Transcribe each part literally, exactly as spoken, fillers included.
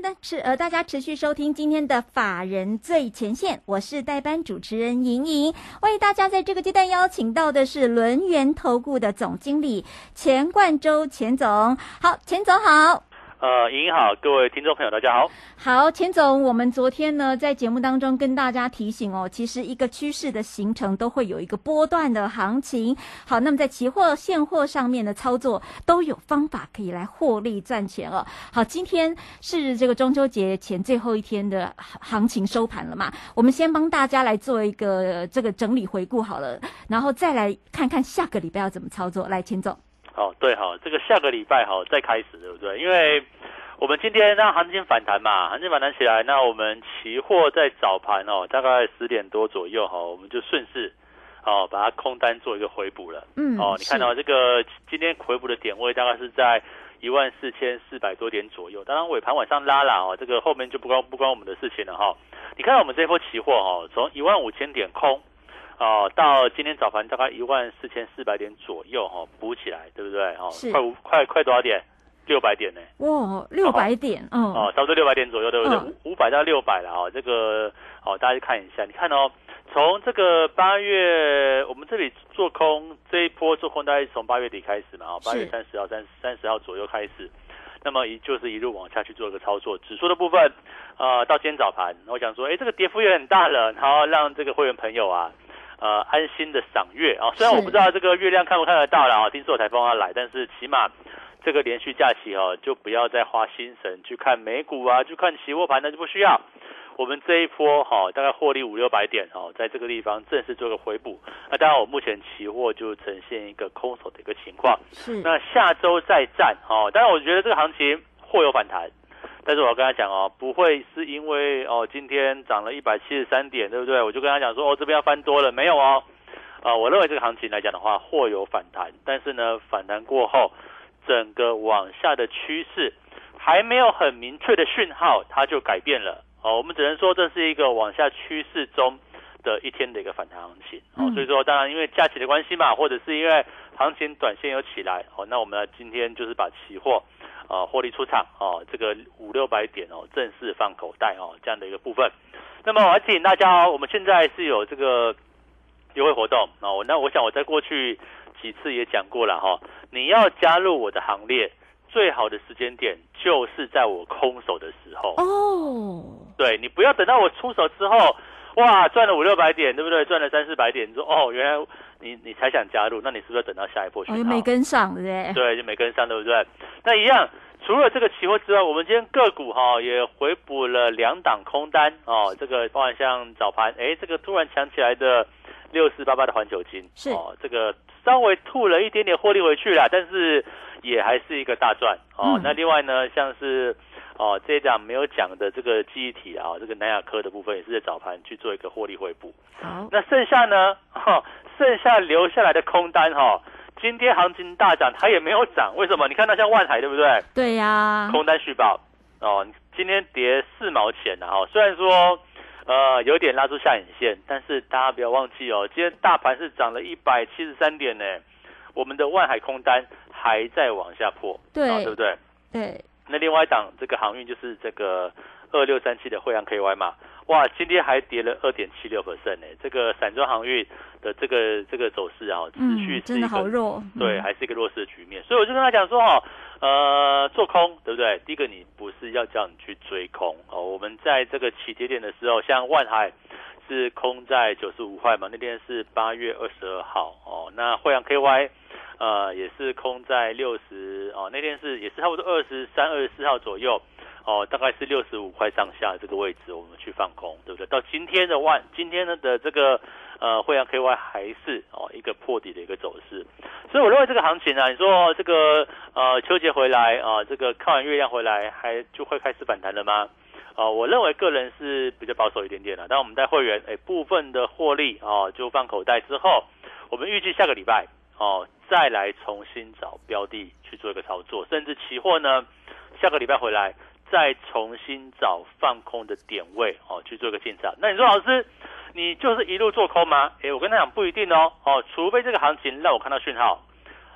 呢是呃，大家持续收听今天的法人最前线，我是代班主持人莹莹，为大家在这个阶段邀请到的是轮源投顾的总经理钱冠周钱总。好，钱总好。 呃，莹莹好，各位听众朋友大家好。 好，钱总，我们昨天呢在节目当中跟大家提醒哦，其实一个趋势的形成都会有一个波段的行情。好，那么在期货现货上面的操作都有方法可以来获利赚钱哦。好，今天是这个中秋节前最后一天的行情收盘了嘛，我们先帮大家来做一个这个整理回顾好了，然后再来看看下个礼拜要怎么操作。来，钱总。 好，对，好，这个下个礼拜好再开始，对不对？因为我们今天让行情反弹嘛，行情反弹起来，那我们期货在早盘哦，大概十点多左右哈，我们就顺势哦把它空单做一个回补了。嗯，哦，你看到这个今天回补的点位大概是在一万四千四百多点左右，当然尾盘晚上拉了哦，这个后面就不关不关我们的事情了哈。你看到我们这一波期货哦，从一万五千点空。哦，到今天早盘大概一万四千四百点左右哈、哦，补起来，对不对？哦，快五快快多少点？六百点呢？ 哇，六百点，嗯， 哦，差不多六百点左右，对不对？五百、嗯、到六百了哦，这个哦，大家去看一下，你看哦，从这个八月，我们这里做空这一波做空，大概是从八月底开始嘛，哦，八月三十号、三三十号左右开始，那么一就是一路往下去做一个操作，指数的部分，呃，到今天早盘，我想说，哎，这个跌幅也很大了，然后让这个会员朋友啊。呃，安心的赏月啊、哦，虽然我不知道这个月亮看不看得到了啊，听说有台风要来，但是起码这个连续假期哦，就不要再花心神去看美股啊，去看期货盘，那就不需要。我们这一波哈、哦，大概获利五六百点哦，在这个地方正式做个回补。那当然，我目前期货就呈现一个空手的一个情况。是。那下周再战哦，当然我觉得这个行情或有反弹。但是我跟他讲哦，不会是因为哦今天涨了一百七十三点，对不对？我就跟他讲说哦这边要翻多了，没有哦。啊、呃，我认为这个行情来讲的话，或有反弹，但是呢反弹过后，整个往下的趋势还没有很明确的讯号，它就改变了。哦，我们只能说这是一个往下趋势中的一天的一个反弹行情。哦，所以说当然因为假期的关系嘛，或者是因为行情短线有起来，哦，那我们今天就是把期货。啊，获利出场哦，这个五六百点哦，正式放口袋哦，这样的一个部分。那么我要提醒大家哦，我们现在是有这个优惠活动哦。那我想我在过去几次也讲过了哈、哦，你要加入我的行列，最好的时间点就是在我空手的时候哦。对，你不要等到我出手之后，哇，赚了五六百点，对不对？赚了三四百点，你说哦，原来。你你才想加入，那你是不是要等到下一波讯号？ 哦，没跟上，对不对？ 对，就没跟上，对不对？那一样，除了这个期货之外，我们今天个股哈、哦、也回补了两档空单哦，这个包含像早盘，哎，这个突然强起来的六四八八的环球金是哦，这个稍微吐了一点点获利回去啦，但是也还是一个大赚哦。嗯、那另外呢，像是。哦，这一档没有讲的这个记忆体啊，这个南亚科的部分也是在早盘去做一个获利回补。好，那剩下呢，哈、哦，剩下留下来的空单哈、哦，今天行情大涨，它也没有涨，为什么？你看到像万海对不对？ 对呀、啊， 空单续报哦，今天跌四毛钱的哈、哦，虽然说呃有点拉出下影线，但是大家不要忘记哦，今天大盘是涨了一百七十三点呢，我们的万海空单还在往下破，对、哦，对不对？ 对。 那另外一档这个航运就是这个二六三七的惠阳 K Y 嘛，哇，今天还跌了 二点七六 percent 呢。这个散装航运的这个这个走势啊，持续是一个、嗯、 真的好弱， 对，还是一个弱势的局面。所以我就跟他讲说哦，呃，做空对不对？第一个你不是要叫你去追空哦，我们在这个起跌点的时候，像万海是空在九十五块嘛，那天是八月二十二号哦，那惠阳 K Y。呃，也是空在六十哦，那天是也是差不多二十三、二十四号左右哦，大概是六十五块上下这个位置，我们去放空，对不对？到今天的万，今天的这个呃惠阳 K Y 还是哦一个破底的一个走势，所以我认为这个行情啊，你说这个呃秋节回来啊、呃，这个看完月亮回来，还就会开始反弹了吗？哦，我认为个人是比较保守一点点的，但我们在会员哎部分的获利哦就放口袋之后，我们预计下个礼拜哦。再来重新找标的去做一个操作，甚至期货呢，下个礼拜回来再重新找放空的点位哦，去做一个进场。那你说老师，你就是一路做空吗？诶，我跟他讲不一定哦，哦，除非这个行情让我看到讯号，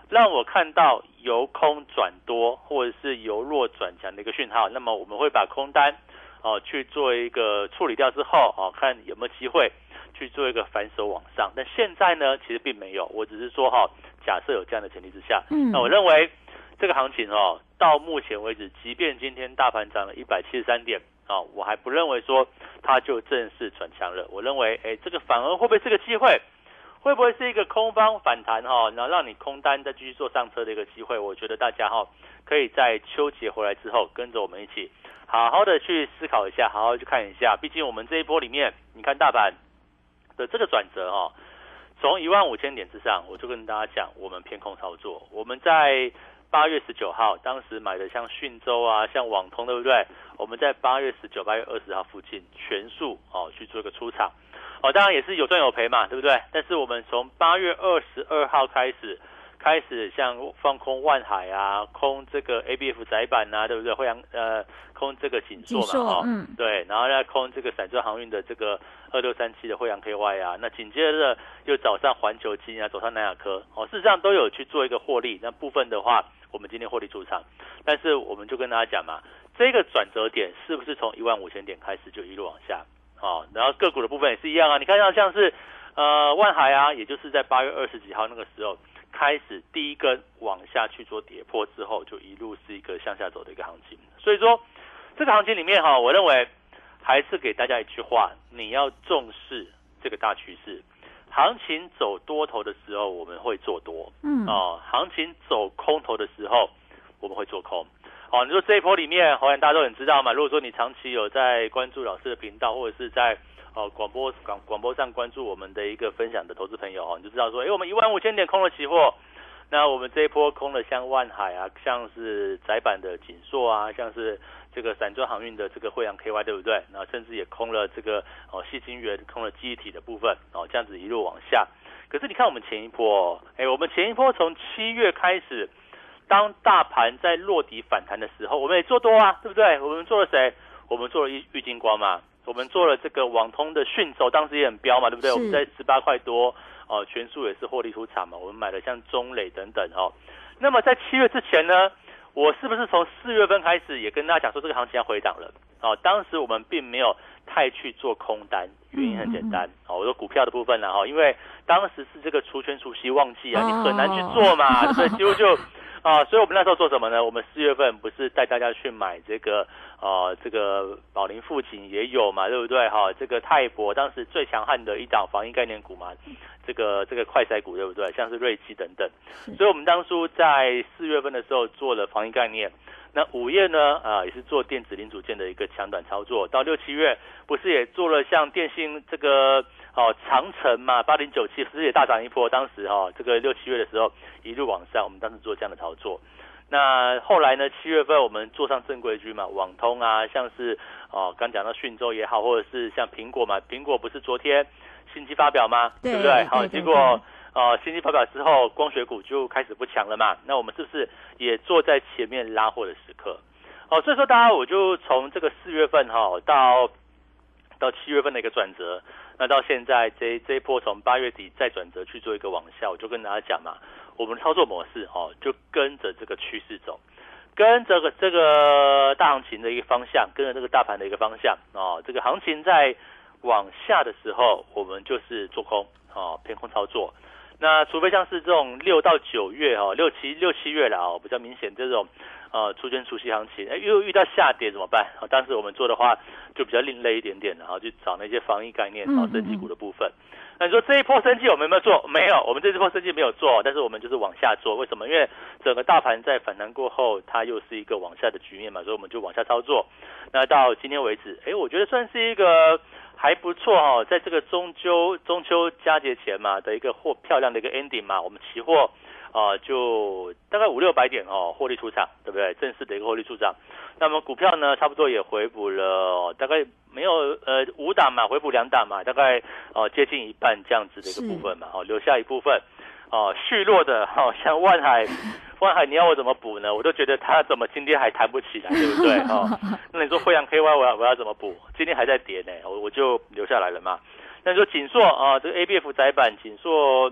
让我看到由空转多或者是由弱转强的一个讯号，那么我们会把空单哦去做一个处理掉之后哦，看有没有机会去做一个反手往上。但现在呢，其实并没有，我只是说哈，假设有这样的前提之下，嗯，那我认为这个行情哦，到目前为止，即便今天大盘涨了一百七十三点啊，我还不认为说它就正式转强了。我认为，哎，这个反而会不会是个机会？会不会是一个空方反弹哈，然后让你空单再继续做上车的一个机会？我觉得大家哈可以在秋节回来之后，跟着我们一起好好的去思考一下，好好去看一下。毕竟我们这一波里面，你看大盘的这个转折哈，从一万五千点之上，我就跟大家讲，我们偏空操作。我们在八月十九号，当时买的像讯州啊，像网通，对不对？我们在八月十九、八月二十号附近全数哦去做一个出场。哦，当然也是有赚有赔嘛，对不对？但是我们从八月二十二号开始，开始像放空万海啊，空这个 A B F 载板啊，对不对？惠阳呃，空这个锦硕嘛，哦，嗯，对，然后再空这个散装航运的这个二六三七的惠阳 K Y 啊，那紧接着又找上环球金啊，走上南亚科，哦，事实上都有去做一个获利。那部分的话，我们今天获利出场，但是我们就跟大家讲嘛，这个转折点是不是从一万五千点开始就一路往下？哦，然后个股的部分也是一样啊，你看到像是呃万海啊，也就是在八月二十几号那个时候开始第一根往下去做跌破之后，就一路是一个向下走的一个行情。所以说这个行情里面哈，我认为还是给大家一句话，你要重视这个大趋势。行情走多头的时候，我们会做多，嗯，哦，行情走空头的时候，我们会做空。哦，你说这一波里面，好像大家都很知道嘛。如果说你长期有在关注老师的频道，或者是在呃广播广广播上关注我们的一个分享的投资朋友哦，你就知道说，哎，我们一万五千点空了期货，那我们这一波空了像万海啊，像是载板的锦硕啊，像是这个散装航运的这个惠阳 K Y， 对不对？然后甚至也空了这个哦矽晶圆，空了记忆体的部分哦，这样子一路往下。可是你看我们前一波，哎，我们前一波从七月开始。当大盘在落底反弹的时候，我们也做多啊，对不对？我们做了谁？我们做了玉晶光嘛，我们做了这个网通的讯轴，当时也很飙嘛，对不对？我们在十八块多，哦、呃，全数也是获利出场嘛。我们买了像中磊等等哦。那么在七月之前呢，我是不是从四月份开始也跟大家讲说这个行情要回档了？哦，当时我们并没有太去做空单，原因很简单，哦，我说股票的部分啦，哈，因为当时是这个除权除息旺季啊，你很难去做嘛，对不对？几乎就。啊，所以我们那时候做什么呢？我们四月份不是带大家去买这个，呃，这个宝林富锦也有嘛，对不对？哈，这个泰博当时最强悍的一档防疫概念股嘛，这个这个快筛股对不对？像是瑞基等等。所以我们当初在四月份的时候做了防疫概念，那五月呢，啊、呃，也是做电子零组件的一个强短操作。到六七月不是也做了像电信这个。哦，长城嘛，八零九七不是也大涨一波？当时哦，这个六七月的时候一路往上，我们当时做这样的操作。那后来呢，七月份我们做上正规军嘛，网通啊，像是哦，刚讲到讯州也好，或者是像苹果嘛，苹果不是昨天新机发表吗？对不对？好，结果哦，新机发表之后，光学股就开始不强了嘛。那我们是不是也坐在前面拉货的时刻？哦，所以说大家我就从这个四月份哈、哦、到到七月份的一个转折。那到现在这这一波从八月底再转折去做一个往下，我就跟大家讲嘛，我们的操作模式哦，就跟着这个趋势走，跟这个这个大行情的一个方向，跟着这个大盘的一个方向哦，这个行情在往下的时候，我们就是做空哦，偏空操作。那除非像是这种六到九月哦，六七六七月了哦，比较明显这种。呃，除权除息行情，哎，又遇到下跌怎么办？哦，当时我们做的话就比较另类一点点的，然后去找那些防疫概念、然后生技股的部分。那你说这一波生技我们有没有做？没有，我们这一波生技没有做，但是我们就是往下做。为什么？因为整个大盘在反弹过后，它又是一个往下的局面嘛，所以我们就往下操作。那到今天为止，哎，我觉得算是一个还不错哈、哦，在这个中秋中秋佳节前嘛的一个获漂亮的一个 ending 嘛，我们期货。啊、呃，就大概五六百点哦，获利出场，对不对？正式的一个获利出场。那么股票呢，差不多也回补了，哦、大概没有呃五档嘛，回补两档嘛，大概哦、呃、接近一半这样子的一个部分嘛，哦留下一部分哦、呃、续落的，哦像万海，万海你要我怎么补呢？我都觉得它怎么今天还弹不起来，对不对？哦，那你说惠阳 K Y 我要我要怎么补？今天还在跌呢，我我就留下来了嘛。那你说锦硕啊、呃，这个 A B F 载板锦硕。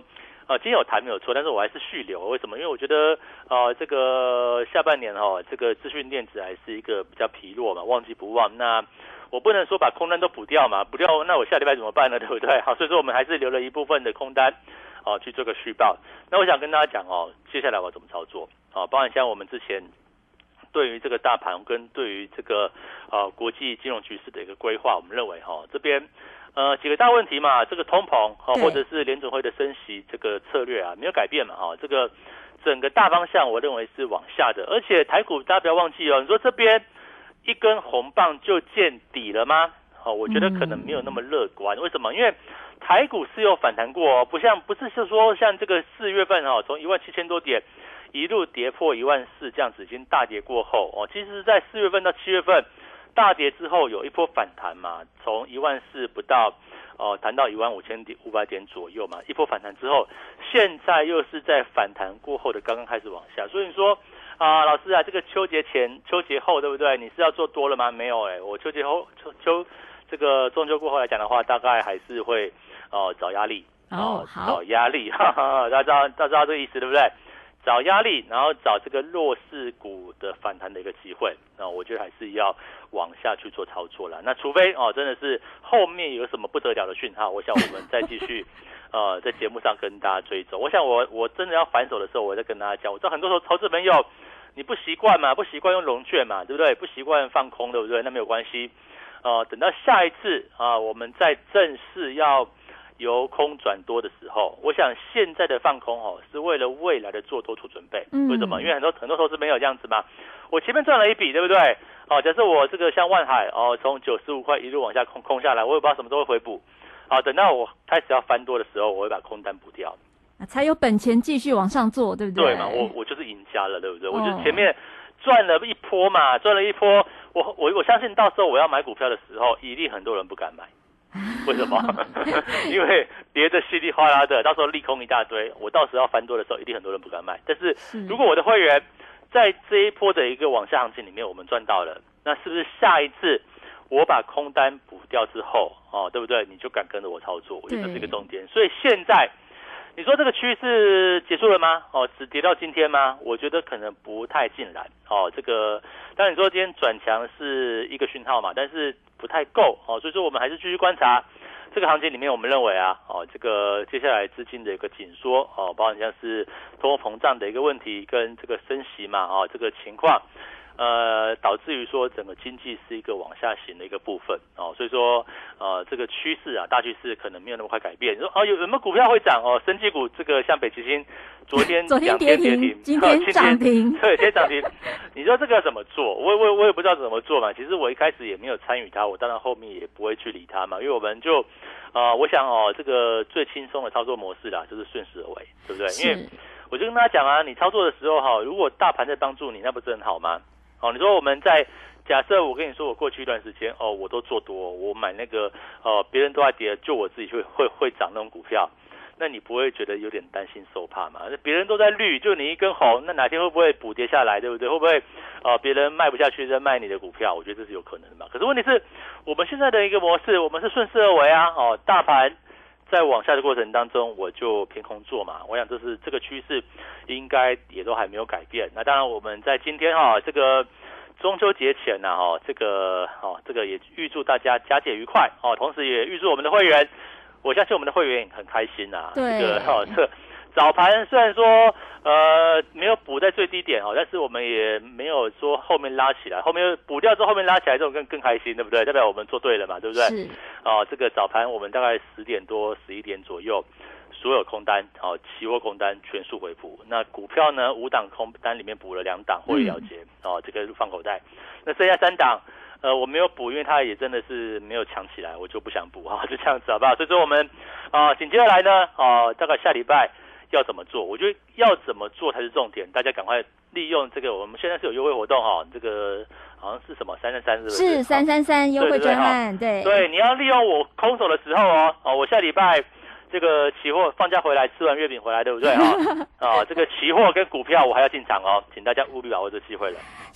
呃，今天有谈没有错，但是我还是续留。为什么？因为我觉得，呃，这个下半年哦，这个资讯电子还是一个比较疲弱嘛，旺季不旺。那我不能说把空单都补掉嘛，补掉那我下礼拜怎么办呢？对不对？好，所以说我们还是留了一部分的空单，哦、呃，去做个续报。那我想跟大家讲哦，接下来我要怎么操作？啊、呃，包含像我们之前对于这个大盘跟对于这个呃国际金融局势的一个规划，我们认为哈、哦，这边。呃，几个大问题嘛，这个通膨哈、哦，或者是联准会的升息这个策略啊，没有改变嘛哈、哦，这个整个大方向我认为是往下的，而且台股大家不要忘记哦，你说这边一根红棒就见底了吗？哦，我觉得可能没有那么乐观，嗯、为什么？因为台股是有反弹过哦，不像不是说像这个四月份哦，从一万七千多点一路跌破一万四这样子，已经大跌过后哦，其实在四月份到七月份。大跌之后有一波反弹嘛，从一万四不到，呃，弹到一万五千点五百点左右嘛，一波反弹之后，现在又是在反弹过后的刚刚开始往下，所以你说啊、呃，老师啊，这个秋节前、秋节后对不对？你是要做多了吗？没有哎、欸，我秋节后、秋秋这个中秋过后来讲的话，大概还是会呃找压力哦， 好，找压力，哈哈，大家知道大家知道这个意思对不对？找压力，然后找这个弱势股的反弹的一个机会，那我觉得还是要往下去做操作了。那除非哦，真的是后面有什么不得了的讯号，我想我们再继续呃在节目上跟大家追踪。我想我我真的要反手的时候，我再跟大家讲。我知道很多时候投资朋友你不习惯嘛，不习惯用融券嘛，对不对？不习惯放空，对不对？那没有关系，呃，等到下一次啊、呃，我们在正式要由空转多的时候，我想现在的放空哦，是为了未来的做多做准备。为什么？因为很多很多投资没有这样子嘛。我前面赚了一笔，对不对？哦，假设我这个像万海哦，从九十五块一路往下空空下来，我也不知道什么时候会回补。啊，等到我开始要翻多的时候，我会把空单补掉， 才有本钱继续往上做，对不对？ 对嘛，我我就是赢家了，对不对？哦、我就是前面赚了一波嘛，赚了一波，我我我相信到时候我要买股票的时候，一定很多人不敢买。为什么？因为跌得稀里哗啦的，到时候利空一大堆，我到时候要翻多的时候，一定很多人不敢买。但是如果我的会员在这一波的一个往下行情里面，我们赚到了，那是不是下一次我把空单补掉之后，哦，对不对？你就敢跟着我操作？我觉得这是一个重点。所以现在你说这个趋势结束了吗？哦，只跌到今天吗？我觉得可能不太尽然。哦，这个当然你说今天转强是一个讯号嘛，但是不太够哦，所以说我们还是继续观察这个行情里面，我们认为啊，哦，这个接下来资金的一个紧缩哦，包含像是通货膨胀的一个问题跟这个升息嘛，哦，这个情况。呃，导致于说整个经济是一个往下行的一个部分哦，所以说呃这个趋势啊，大趋势可能没有那么快改变。你说哦有有没有股票会涨哦？生技股这个像北极星，昨天昨天跌停，今天涨停， 对，今天涨停。你说这个要怎么做？我我我也不知道怎么做嘛。其实我一开始也没有参与它，我当然后面也不会去理它嘛，因为我们就呃我想哦这个最轻松的操作模式啦，就是顺势而为，对不对？因为我就跟大家讲啊，你操作的时候哈，如果大盘在帮助你，那不是很好吗？哦，你说我们在假设我跟你说，我过去一段时间哦，我都做多，我买那个呃别人都在跌，就我自己会会会涨那种股票，那你不会觉得有点担心受怕吗？别人都在绿，就你一根红，那哪天会不会补跌下来，对不对？会不会呃别人卖不下去再卖你的股票？我觉得这是有可能的嘛。可是问题是我们现在的一个模式，我们是顺势而为啊，哦，大盘在往下的过程当中，我就偏空做嘛。我想这是这个趋势，应该也都还没有改变。那当然，我们在今天哈、哦、这个中秋节前呢、啊，哈这个哦这个也预祝大家佳节愉快哦，同时也预祝我们的会员，我相信我们的会员也很开心啊。 对， 这个哦这早盘虽然说呃没有补在最低点哦，但是我们也没有说后面拉起来，后面补掉之后后面拉起来这种更更开心，对不对？代表我们做对了嘛，对不对？ 是。 哦，这个早盘我们大概十点多十一点左右，所有空单哦，期货空单全数回补。那股票呢，五档空单里面补了两档获利了结、嗯、哦，这个放口袋。那剩下三档，呃，我没有补，因为它也真的是没有强起来，我就不想补哈、哦，就这样子好不好？所以说我们啊，紧、呃、接着来呢，哦，大概下礼拜要怎么做？我觉得要怎么做才是重点，大家赶快利用这个，我们现在是有优惠活动哈、哦，这个。好像是什么三三三是不是？ 是三三三优惠专案，对对, 对, 对，你要利用我空手的时候哦，哦，我下礼拜这个期货放假回来，吃完月饼回来，对不对啊？啊，这个期货跟股票我还要进场哦，请大家务必把握这机会了。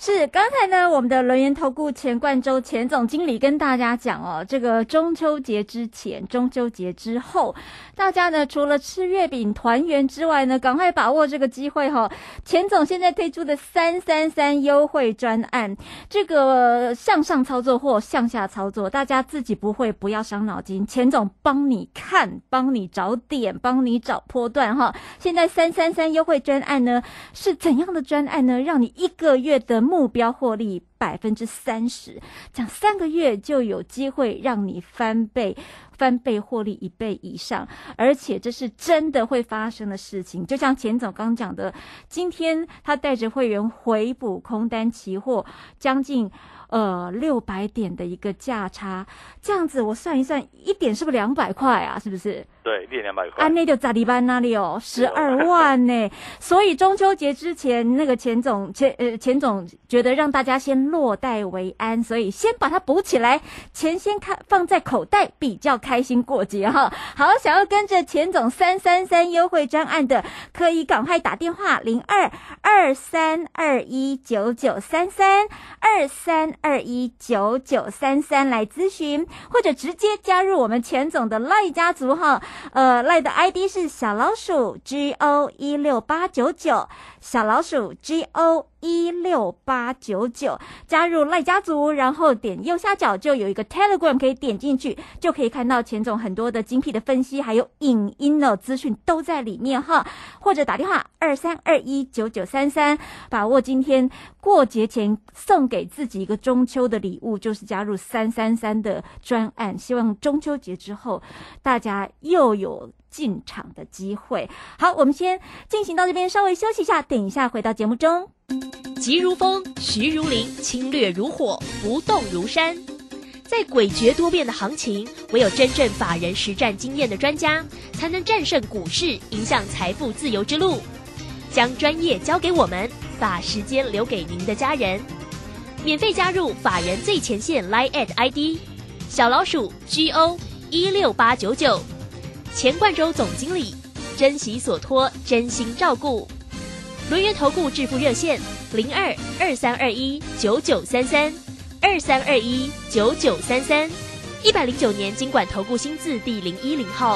是，刚才呢，我们的轮源投顾钱冠周钱总经理跟大家讲哦，这个中秋节之前、中秋节之后，大家呢除了吃月饼团圆之外呢，赶快把握这个机会哈、哦。钱总现在推出的三三三优惠专案，这个向上操作或向下操作，大家自己不会不要伤脑筋，钱总帮你看，帮你找点，帮你找波段哈。现在三三三优惠专案呢是怎样的专案呢？让你一个月的目标获利百分之三十，讲三个月就有机会让你翻倍，翻倍获利一倍以上，而且这是真的会发生的事情。就像钱总刚讲的，今天他带着会员回补空单期货，将近呃六百点的一个价差，这样子我算一算，一点是不是两百块啊？是不是？ 对，一点两百块。 啊，那就咋地班那里哦，十二万呢。所以中秋节之前，那个钱总钱呃钱总觉得让大家先落袋为安，所以先把它补起来，钱先看放在口袋，比较开心过节哈。好，想要跟着钱总三三三优惠专案的，可以赶快打电话零二二三二一九九三三二三二一九九三三来咨询，或者直接加入我们钱总的赖家族哈。呃，赖的 I D 是小老鼠 G O 一六八九九，小老鼠 G O 一六八九九，加入赖家族，然后点右下角就有一个 Telegram 可以点进去，就可以看到钱总很多的精辟的分析，还有影音的资讯都在里面哈。或者打电话二三二一九九三三，把握今天过节前送给自己一个中秋的礼物，就是加入三三三的专案，希望中秋节之后大家又有进场的机会。好，我们先进行到这边，稍微休息一下，等一下回到节目中。 急如风，徐如林，侵略如火，不动如山。在诡谲多变的行情，唯有真正法人实战经验的专家，才能战胜股市，迎向财富自由之路。将专业交给我们，把时间留给您的家人。免费加入法人最前线 Line at I D 小老鼠 G O 一六八九九，钱冠周总经理，珍惜所托，真心照顾。轮源投顾致富热线零二二三二一九九三三二三二一九九三三，一百零九年金管投顾新字第零一零号。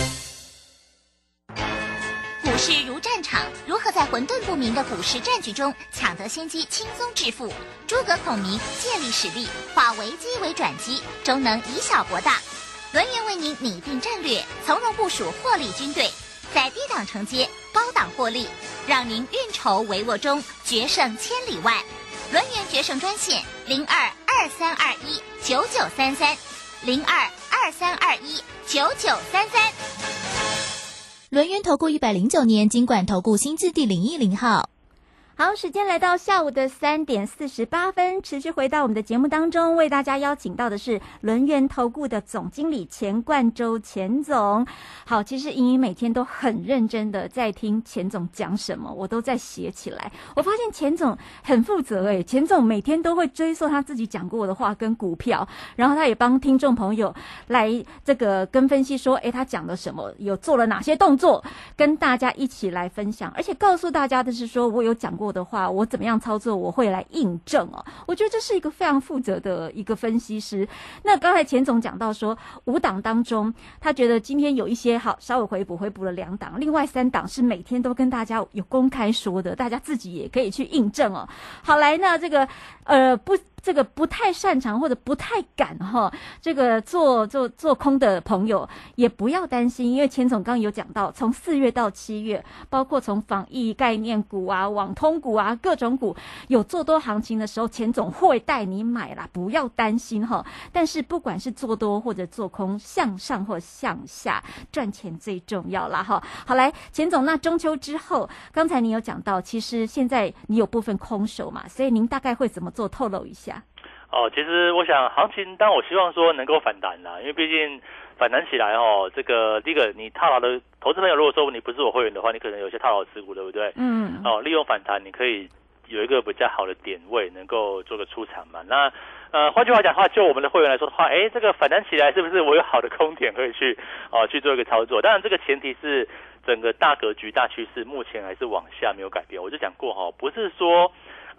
股市如战场，如何在混沌不明的股市战局中抢得先机，轻松致富？诸葛孔明借力使力，化危机为转机，终能以小博大。轮源为您拟定战略，从容部署获利军队，在低档承接，高档获利，让您运筹帷幄中决胜千里外。轮源决胜专线零二二三二一九九三三零二二三二一九九三三。 轮源投顾一百零九年金管投顾新字第零一零号。 好，时间来到下午的三点四十八分，持续回到我们的节目当中，为大家邀请到的是轮源投顾的总经理钱冠周钱总。好，其实莹莹每天都很认真的在听钱总讲什么，我都在写起来。我发现钱总很负责诶，钱总每天都会追溯他自己讲过的话跟股票，然后他也帮听众朋友来这个跟分析说，诶，他讲了什么，有做了哪些动作，跟大家一起来分享，而且告诉大家的是说，我有讲过的话，我怎么样操作，我会来印证哦。我觉得这是一个非常负责的一个分析师。那刚才钱总讲到说，五档当中，他觉得今天有一些好稍微回补，回补了两档，另外三档是每天都跟大家有公开说的，大家自己也可以去印证哦。好，来，那这个呃不。这个不太擅长或者不太敢哈，这个做做做空的朋友也不要担心，因为钱总刚刚有讲到，从四月到七月，包括从防疫概念股啊、网通股啊、各种股有做多行情的时候，钱总会带你买啦，不要担心哈。但是不管是做多或者做空，向上或向下，赚钱最重要啦哈。好，来，钱总，那中秋之后，刚才你有讲到，其实现在你有部分空手嘛，所以您大概会怎么做？透露一下。 哦，其实我想行情，当然我希望说能够反弹啦，因为毕竟反弹起来哦，这个第一个你套牢的投资朋友，如果说你不是我会员的话，你可能有些套牢持股，对不对？嗯。哦，利用反弹，你可以有一个比较好的点位，能够做个出场嘛。那呃，换句话讲的话，就我们的会员来说的话，哎，这个反弹起来是不是我有好的空点可以去哦去做一个操作？当然，这个前提是整个大格局、大趋势目前还是往下没有改变。我就讲过哈，不是说。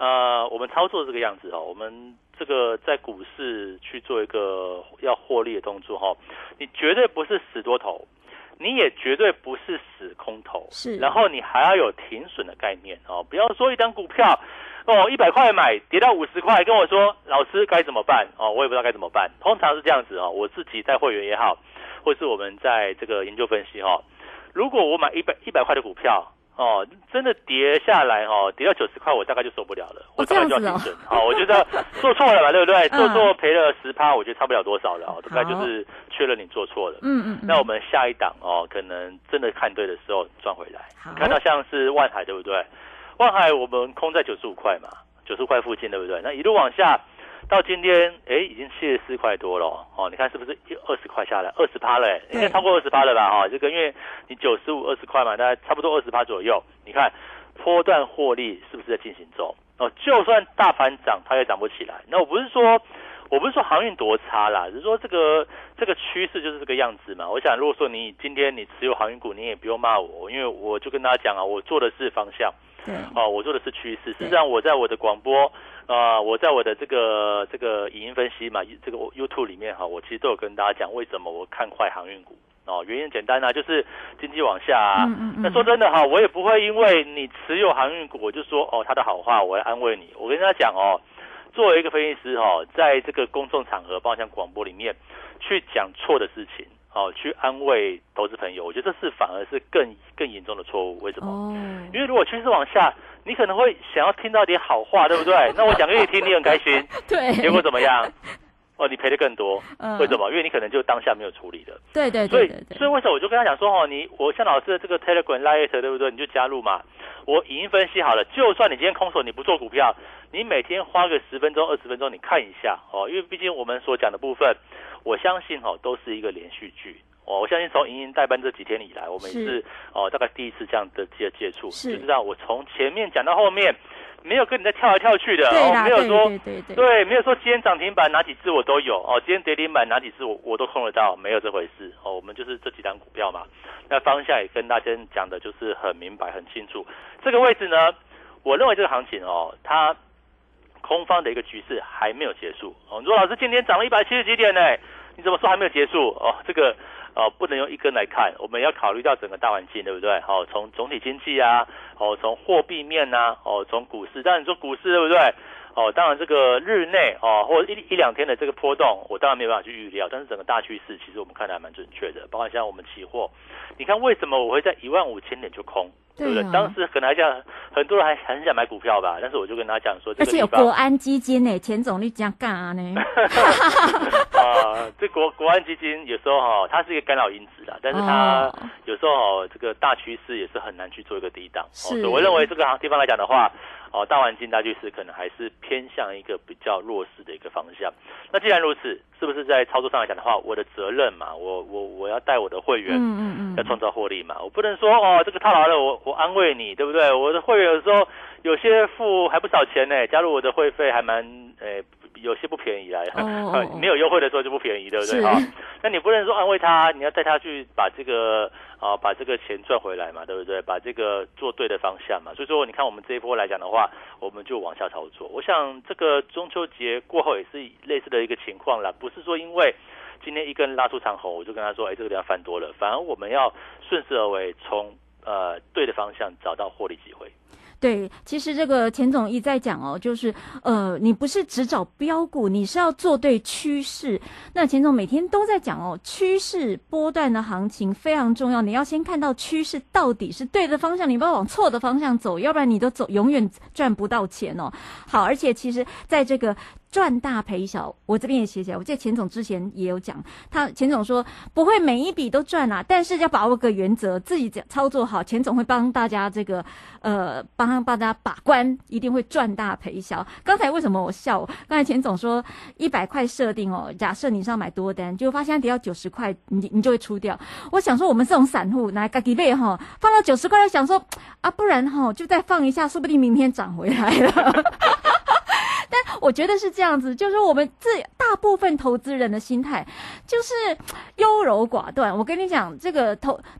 呃，我们操作这个样子哦，我们这个在股市去做一个要获利的动作哈，你绝对不是死多头，你也绝对不是死空头， 是， 然后你还要有停损的概念哦，不要说一张股票哦一百块买跌到五十块，跟我说老师该怎么办哦，我也不知道该怎么办，通常是这样子哦，我自己带会员也好，或是我们在这个研究分析哈、哦，如果我买一百一百块的股票。哦，真的跌下来哦，跌到九十块，我大概就受不了了，我大概就要停损。好、哦，我觉得做错了嘛，对不对？做错赔了十趴，我觉得差不了多少了，大概就是确认你做错了。嗯嗯。那我们下一档哦，可能真的看对的时候赚回来。你看到像是万海，对不对？万海我们空在九十五块嘛，九十块附近，对不对？那一路往下。到今天，哎，已经七十四块多了哦，你看是不是二十块下来，二十趴了，应该超过二十趴了吧？哈、哦，这个因为你九十五、二十块嘛，大概差不多二十趴左右。你看波段获利是不是在进行中？哦，就算大盘涨，它也涨不起来。那我不是说，我不是说航运多差啦，只是说这个这个趋势就是这个样子嘛。我想，如果说你今天你持有航运股，你也不用骂我，因为我就跟大家讲啊，我做的是方向，对，哦，我做的是趋势。实际上，我在我的广播。呃，我在我的这个这个影音分析嘛，这个 YouTube 里面哈，我其实都有跟大家讲为什么我看坏航运股哦，原因简单啊，就是经济往下啊。嗯嗯嗯那说真的哈，我也不会因为你持有航运股，我就说哦它的好话，我来安慰你。我跟大家讲哦，作为一个分析师哈，在这个公众场合，包括像广播里面去讲错的事情。哦，去安慰投资朋友，我觉得这是反而是更更严重的错误。为什么？哦、因为如果趋势往下，你可能会想要听到点好话，对不对？那我讲给你听，你很开心，对，结果怎么样？哦，你赔的更多，嗯、为什么？因为你可能就当下没有处理的。 对对对对对。 所以，所以为什么我就跟他讲说，哦，你我像老师的这个 Telegram Lite 对不对？你就加入嘛。我影音分析好了，就算你今天空手你不做股票，你每天花个十分钟、二十分钟，你看一下哦，因为毕竟我们所讲的部分。我相信哦，都是一个连续剧哦。我相信从营营代班这几天以来，我们也是哦，大概第一次这样的接接触，就知道我从前面讲到后面，没有跟你在跳来跳去的哦，没有说对对对对，没有说今天涨停板哪几只我都有哦，今天跌停板哪几只我我都控得到，没有这回事哦。我们就是这几档股票嘛，那方向也跟大家讲的就是很明白很清楚。这个位置呢，我认为这个行情哦，它。空方的一个局势还没有结束哦。你说老师今天涨了一百七十几点呢？你怎么说还没有结束哦？这个呃不能用一根来看，我们要考虑到整个大环境，对不对？好、哦，从总体经济啊，哦，从货币面呐、啊，哦，从股市。当然你说股市对不对？哦，当然这个日内哦，或者一一两天的这个波动，我当然没有办法去预料。但是整个大趋势，其实我们看得还蛮准确的。包括像我们期货，你看为什么我会在一万五千点就空？对不对？当时可能还讲很多人还很想买股票吧，但是我就跟他讲说，这个、 而且有国安基金呢，钱总你这样干啊呢？ 啊，这国国安基金有时候哈、哦，它是一个干扰因子啦，但是它有时候哦，这个大趋势也是很难去做一个抵挡。哦，所以我认为这个地方来讲的话，哦，大环境大趋势可能还是偏向一个比较弱势的一个方向。那既然如此，是不是在操作上来讲的话，我的责任嘛，我我我要带我的会员，嗯嗯嗯，要创造获利嘛，我不能说哦，这个套牢了，我我安慰你，对不对？我的会员有时候有些付还不少钱呢，加入我的会费还蛮诶。有些不便宜啦，哦哦没有优惠的时候就不便宜，对不对啊？那你不能说安慰他，你要带他去把这个啊把这个钱赚回来嘛，对不对？把这个做对的方向嘛。所以说，你看我们这一波来讲的话，我们就往下操作。我想这个中秋节过后也是类似的一个情况啦，不是说因为今天一根拉出长红，我就跟他说，哎，这个地方翻多了。反而我们要顺势而为，从呃对的方向找到获利机会。 对，其实这个钱总一再讲哦，就是呃，你不是只找标股，你是要做对趋势。那钱总每天都在讲哦，趋势波段的行情非常重要，你要先看到趋势到底是对的方向，你不要往错的方向走，要不然你都走永远赚不到钱哦。好，而且其实在这个赚大赔小，我这边也写起来。我记得钱总之前也有讲，他钱总说不会每一笔都赚啊，但是要把握个原则，自己操作好，钱总会帮大家这个呃帮帮大家把关，一定会赚大赔小。刚才为什么我笑？刚才钱总说一百块设定哦，假设你是要买多单，结果发现跌到九十块，你你就会出掉。我想说我们这种散户拿自己背哈，放到九十块，想说啊，不然哈就再放一下，说不定明天涨回来了。但我觉得是这样子，就是我们自大部分投资人的心态就是优柔寡断。我跟你讲，这个投那个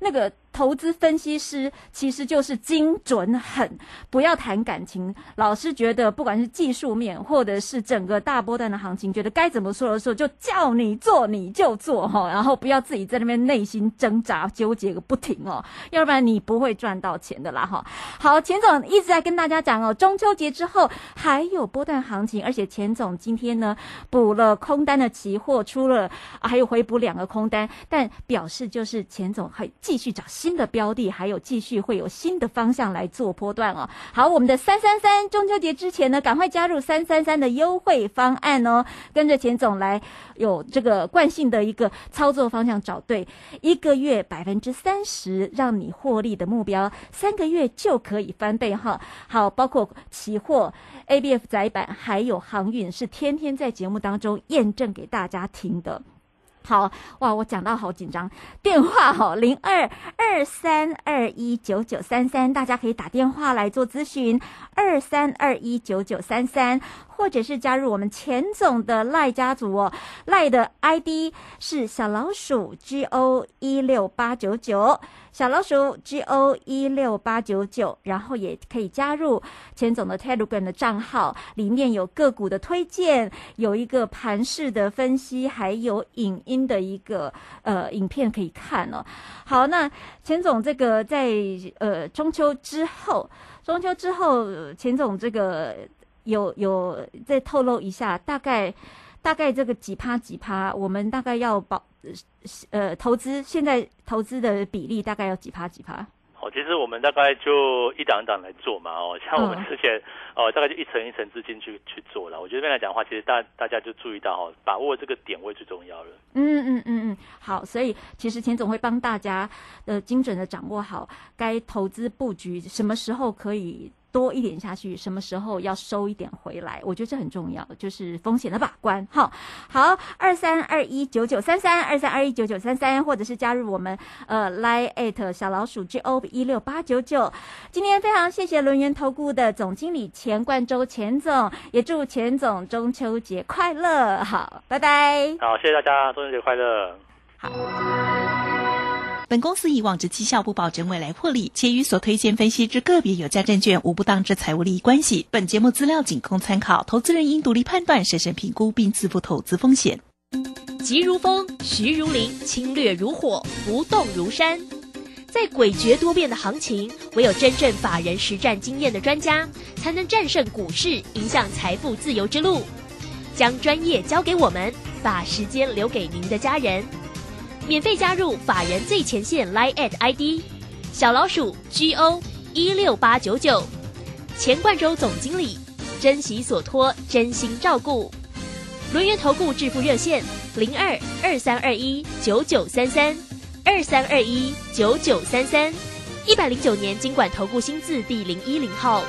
投资分析师其实就是精准狠，不要谈感情。老师觉得不管是技术面或者是整个大波段的行情，觉得该怎么说的时候就叫你做你就做齁，然后不要自己在那边内心挣扎纠结个不停哦，要不然你不会赚到钱的啦齁。好，钱总一直在跟大家讲哦，中秋节之后还有波段行情，而且钱总今天呢补了空单的期货，出了、啊、还有回补两个空单，但表示就是钱总还继续找新的标的，还有继续会有新的方向来做波段哦。好，我们的三三三中秋节之前呢，赶快加入三三三的优惠方案哦，跟着钱总来有这个惯性的一个操作方向找对，一个月百分之三十，让你获利的目标，三个月就可以翻倍哈。好，包括期货、A B F 载板还有航运，是天天在节目当中验证给大家听的。好哇，我讲到好紧张。电话好零二二三二一九九三三，大家可以打电话来做咨询，二三二一九九三三，或者是加入我们钱总的赖家族哦，赖的 I D 是小老鼠 G O 一六八九九，小老鼠 G O 一六八九九，然后也可以加入钱总的 Telegram 的账号，里面有个股的推荐，有一个盘势的分析，还有影音的一个呃影片可以看哦。好，那钱总这个在呃中秋之后，中秋之后，钱总这个有有再透露一下，大概大概这个几趴几趴，我们大概要保呃投资现在投资的比例大概要几趴几趴？ 哦，其实我们大概就一档一档来做嘛，哦，像我们之前、嗯、哦，大概就一层一层资金去去做了。我觉得这边来讲的话，其实大大家就注意到哦，把握这个点位最重要了。 嗯嗯嗯嗯，好，所以其实钱总会帮大家呃精准的掌握好该投资布局，什么时候可以多一点下去，什么时候要收一点回来，我觉得这很重要，就是风险的把关。好，好，二三二一九九三三，二三二一九九三三，或者是加入我们呃 Line at 小老鼠 G O 一六八九九。今天非常谢谢轮源投顾的总经理钱冠周钱总，也祝钱总中秋节快乐。好，拜拜。 好，谢谢大家，中秋节快乐。 好。 本公司以往之绩效不保证未来获利，且与所推荐分析之个别有价证券无不当之财务利益关系。本节目资料仅供参考，投资人应独立判断、审慎评估并自负投资风险。 急如风，徐如林，侵略如火，不动如山。在诡谲多变的行情，唯有真正法人实战经验的专家，才能战胜股市，迎向财富自由之路。将专业交给我们，把时间留给您的家人。免费加入法人最前线 Line at I D 小老鼠 G O 一六八九九，钱冠周总经理，珍惜所托，真心照顾。轮源投顾致富热线零二二三二一九九三三二三二一九九三三，一百零九年金管投顾新字第零一零号。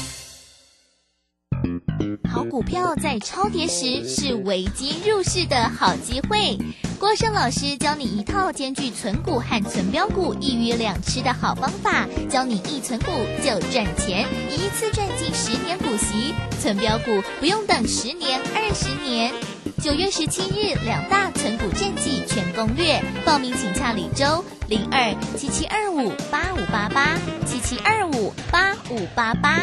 好股票在超跌时是危机入市的好机会。郭生老师教你一套兼具存股和存标股一鱼两吃的好方法，教你一存股就赚钱，一次赚进十年股息，存标股不用等十年二十年。九月十七日两大存股战绩全攻略，报名请洽李周零二七七二五八五八八七七二五八五八八。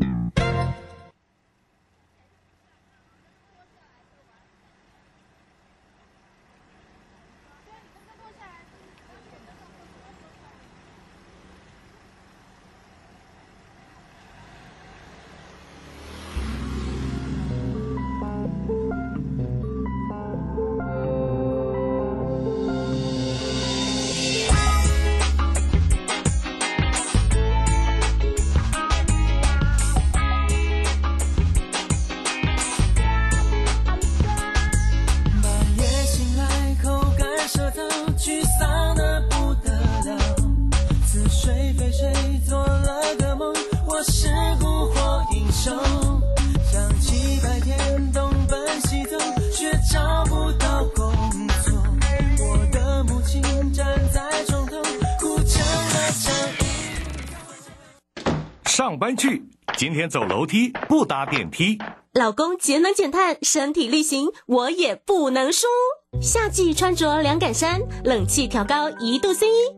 上班去，今天走楼梯不搭电梯。 老公节能减碳，身体力行，我也不能输。夏季穿着凉感衫，冷气调高一度 C。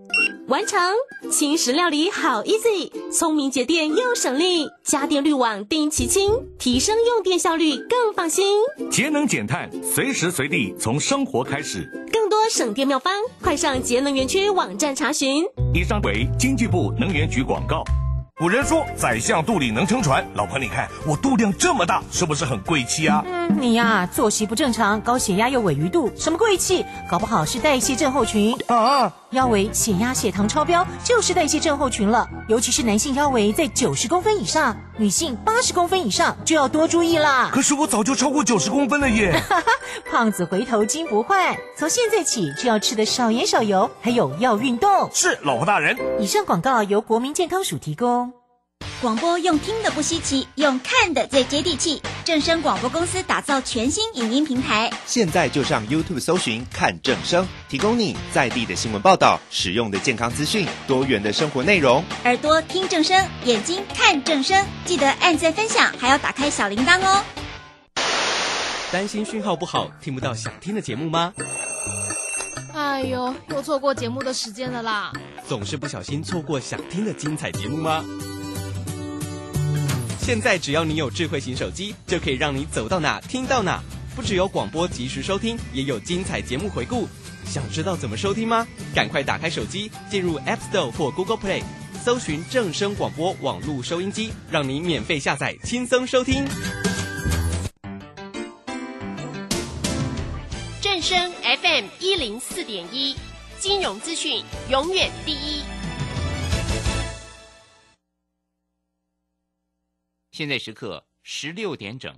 完成。轻食料理好 easy， 聪明节电又省力，家电滤网定期清，提升用电效率更放心。 节能减碳，随时随地从生活开始。 更多省电妙方，快上节能园区网站查询。 以上为经济部能源局广告。 古人说宰相肚里能撑船，老婆你看我肚量这么大，是不是很贵气啊？ 嗯，你呀、啊、作息不正常，高血压又尾鱼肚，什么贵气？搞不好是代谢症候群啊！ 腰围、血压、血糖超标就是代谢症候群了，尤其是男性腰围在九十公分以上，女性八十公分以上就要多注意啦。 可是我早就超过九十公分了耶！ 胖子回头金不换，从现在起就要吃的少盐少油，还有要运动。 是，老婆大人。 以上广告由国民健康署提供。 广播用听的不稀奇，用看的最接地气。正声广播公司打造全新影音平台， 现在就上 YouTube 搜寻看正声，提供你在地的新闻报道、实用的健康资讯、多元的生活内容。 耳朵听正声，眼睛看正声，记得按赞分享，还要打开小铃铛哦。 担心讯号不好，听不到想听的节目吗？ 哎呦，又错过节目的时间了啦！ 总是不小心错过想听的精彩节目吗？现在只要你有智慧型手机，就可以让你走到哪听到哪。不只有广播及时收听，也有精彩节目回顾。想知道怎么收听吗？赶快打开手机，进入 App Store 或 Google Play， 搜寻正声广播网络收音机，让你免费下载，轻松收听。 正声 F M 一零四点一，金融资讯永远第一。 现在时刻十六点整。